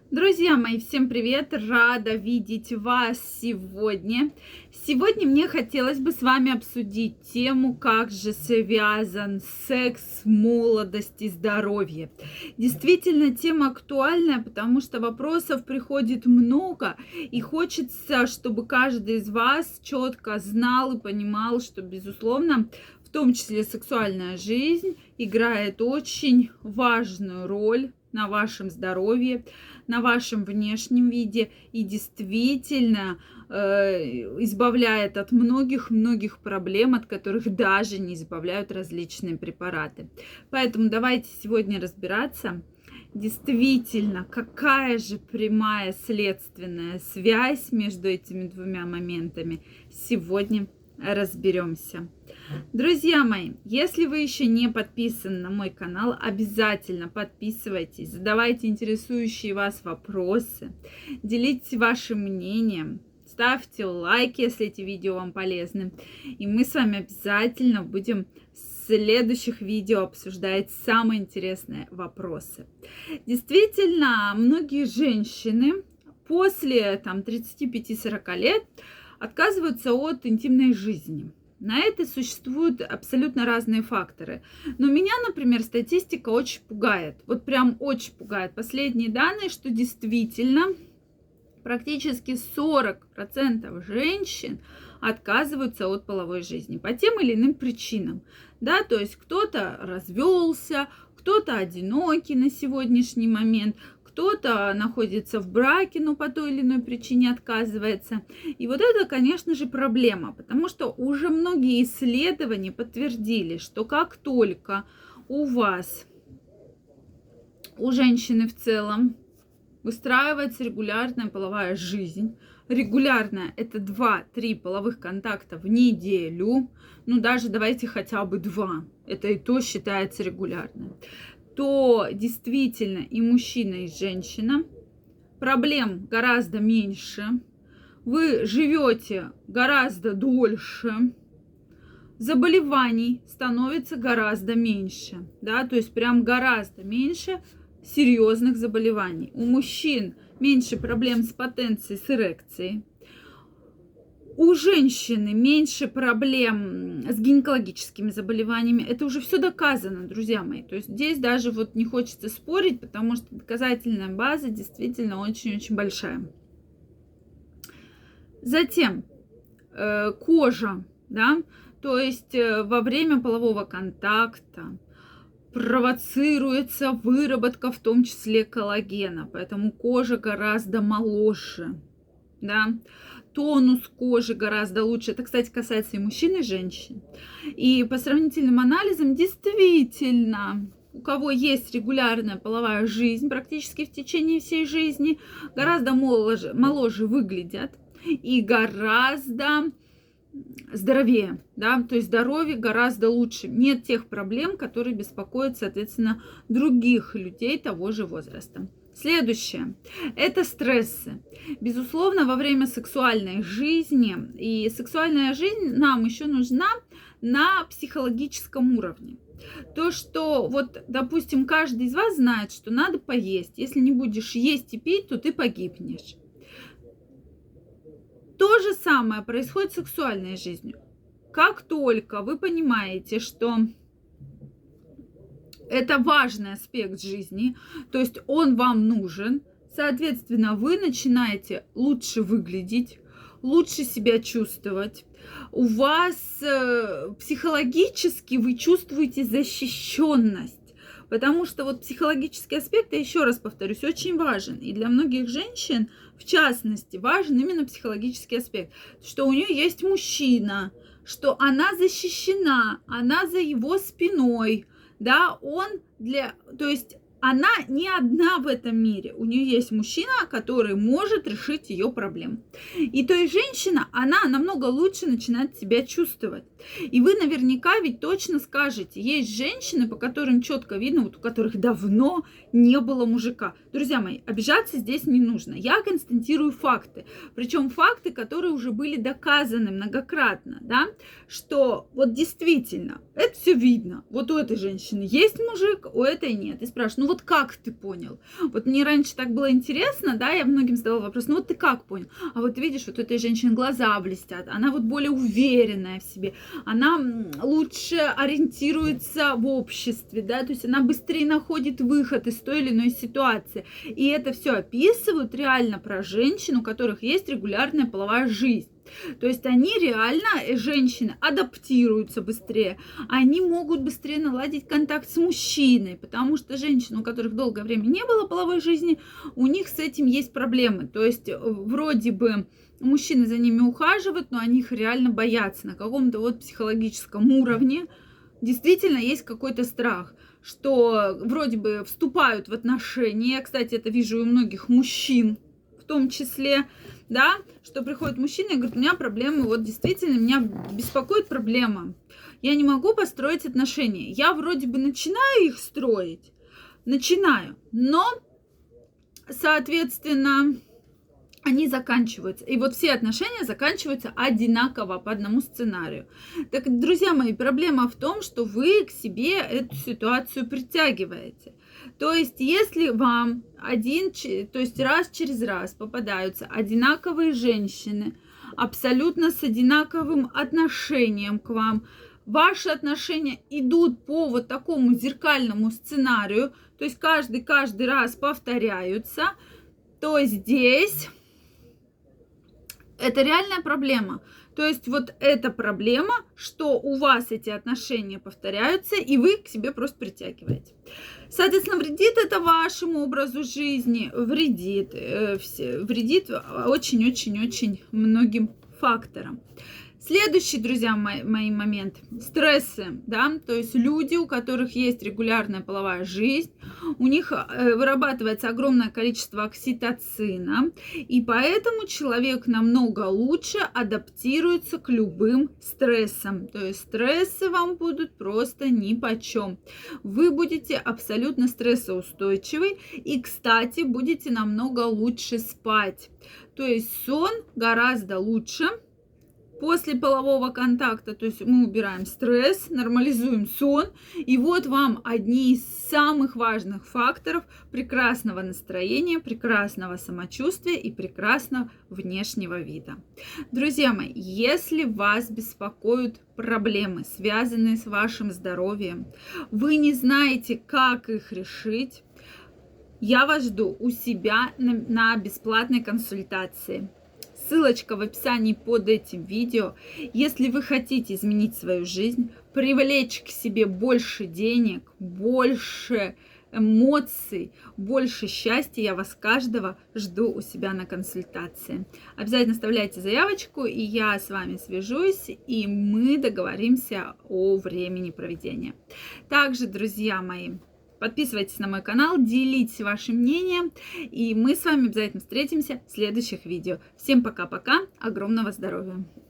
Друзья мои, всем привет! Рада видеть вас сегодня. Сегодня мне хотелось бы с вами обсудить тему, как же связан секс, молодость и здоровье. Действительно, тема актуальная, потому что вопросов приходит много, и хочется, чтобы каждый из вас четко знал и понимал, что, безусловно, в том числе сексуальная жизнь играет очень важную роль на вашем здоровье, на вашем внешнем виде и действительно избавляет от многих проблем, от которых даже не избавляют различные препараты. Поэтому давайте сегодня разбираться, действительно, какая же прямая следственная связь между этими двумя моментами. Сегодня разберемся. Друзья мои, если вы еще не подписаны на мой канал, обязательно подписывайтесь, задавайте интересующие вас вопросы, делитесь вашим мнением, ставьте лайки, если эти видео вам полезны. И мы с вами обязательно будем в следующих видео обсуждать самые интересные вопросы. Действительно, многие женщины после 35-40 лет отказываются от интимной жизни. На это существуют абсолютно разные факторы. Но меня, например, статистика очень пугает. Вот прям очень пугает. Последние данные, что действительно практически 40% женщин отказываются от половой жизни по тем или иным причинам. Да, то есть кто-то развелся, кто-то одинокий на сегодняшний момент, кто-то находится в браке, но по той или иной причине отказывается. И вот это, конечно же, проблема, потому что уже многие исследования подтвердили, что как только у вас, у женщины в целом, выстраивается регулярная половая жизнь, регулярная — это 2-3 половых контакта в неделю, ну даже давайте хотя бы 2, это и то считается регулярным, то действительно и мужчина, и женщина, проблем гораздо меньше, вы живете гораздо дольше, заболеваний становится гораздо меньше, да, то есть прям гораздо меньше серьезных заболеваний. У мужчин меньше проблем с потенцией, с эрекцией. У женщины меньше проблем с гинекологическими заболеваниями. Это уже все доказано, друзья мои. То есть здесь даже вот не хочется спорить, потому что доказательная база действительно очень-очень большая. Затем кожа, да, то есть во время полового контакта провоцируется выработка, в том числе коллагена, поэтому кожа гораздо моложе, да. Тонус кожи гораздо лучше. Это, кстати, касается и мужчин, и женщин. И по сравнительным анализам, действительно, у кого есть регулярная половая жизнь практически в течение всей жизни, гораздо моложе выглядят и гораздо здоровее, да, то есть здоровье гораздо лучше. Нет тех проблем, которые беспокоят, соответственно, других людей того же возраста. Следующее – это стрессы. Безусловно, во время сексуальной жизни, и сексуальная жизнь нам еще нужна на психологическом уровне. То, что вот, допустим, каждый из вас знает, что надо поесть. Если не будешь есть и пить, то ты погибнешь. То же самое происходит с сексуальной жизнью. Как только вы понимаете, что это важный аспект жизни, то есть он вам нужен, соответственно, вы начинаете лучше выглядеть, лучше себя чувствовать. У вас психологически вы чувствуете защищенность. Потому что вот психологический аспект, я еще раз повторюсь, очень важен. И для многих женщин, в частности, важен именно психологический аспект. Что у нее есть мужчина, что она защищена, она за его спиной. Да, то есть она не одна в этом мире. У нее есть мужчина, который может решить ее проблему. И то есть женщина, она намного лучше начинает себя чувствовать. И вы наверняка ведь точно скажете, есть женщины, по которым четко видно, вот у которых давно не было мужика. Друзья мои, обижаться здесь не нужно. Я констатирую факты. Причем факты, которые уже были доказаны многократно, да, что вот действительно Это все видно. Вот у этой женщины есть мужик, у этой нет. И спрашиваю, ну вот как ты понял? Вот мне раньше так было интересно, да, я многим задавала вопрос, ну вот ты как понял? А вот видишь, вот у этой женщины глаза блестят, она вот более уверенная в себе, она лучше ориентируется в обществе, да, то есть она быстрее находит выход из той или иной ситуации. И это все описывают реально про женщин, у которых есть регулярная половая жизнь. То есть они реально, женщины, адаптируются быстрее, они могут быстрее наладить контакт с мужчиной, потому что женщины, у которых долгое время не было половой жизни, у них с этим есть проблемы. То есть вроде бы мужчины за ними ухаживают, но они их реально боятся на каком-то вот психологическом уровне. Действительно есть какой-то страх, что вроде бы вступают в отношения. Я, кстати, это вижу и у многих мужчин в том числе, да, что приходит мужчина и говорит, у меня проблемы, вот действительно меня беспокоит проблема. Я не могу построить отношения. Я вроде бы начинаю их строить, но, соответственно, они заканчиваются. И вот все отношения заканчиваются одинаково по одному сценарию. Так, друзья мои, проблема в том, что вы к себе эту ситуацию притягиваете. То есть, если вам раз через раз попадаются одинаковые женщины, абсолютно с одинаковым отношением к вам, ваши отношения идут по вот такому зеркальному сценарию, то есть каждый раз повторяются, то здесь это реальная проблема. То есть вот эта проблема, что у вас эти отношения повторяются, и вы к себе просто притягиваете. Соответственно, вредит это вашему образу жизни, вредит очень-очень-очень многим факторам. Следующий, друзья мои, момент. Стрессы, да, то есть люди, у которых есть регулярная половая жизнь, у них вырабатывается огромное количество окситоцина, и поэтому человек намного лучше адаптируется к любым стрессам. То есть стрессы вам будут просто нипочем. Вы будете абсолютно стрессоустойчивы и, кстати, будете намного лучше спать. То есть сон гораздо лучше после полового контакта, то есть мы убираем стресс, нормализуем сон, и вот вам одни из самых важных факторов прекрасного настроения, прекрасного самочувствия и прекрасного внешнего вида. Друзья мои, если вас беспокоят проблемы, связанные с вашим здоровьем, вы не знаете, как их решить, я вас жду у себя на бесплатной консультации. Ссылочка в описании под этим видео. Если вы хотите изменить свою жизнь, привлечь к себе больше денег, больше эмоций, больше счастья, я вас каждого жду у себя на консультации. Обязательно оставляйте заявочку, и я с вами свяжусь, и мы договоримся о времени проведения. Также, друзья мои, подписывайтесь на мой канал, делитесь вашим мнением, и мы с вами обязательно встретимся в следующих видео. Всем пока-пока, огромного здоровья!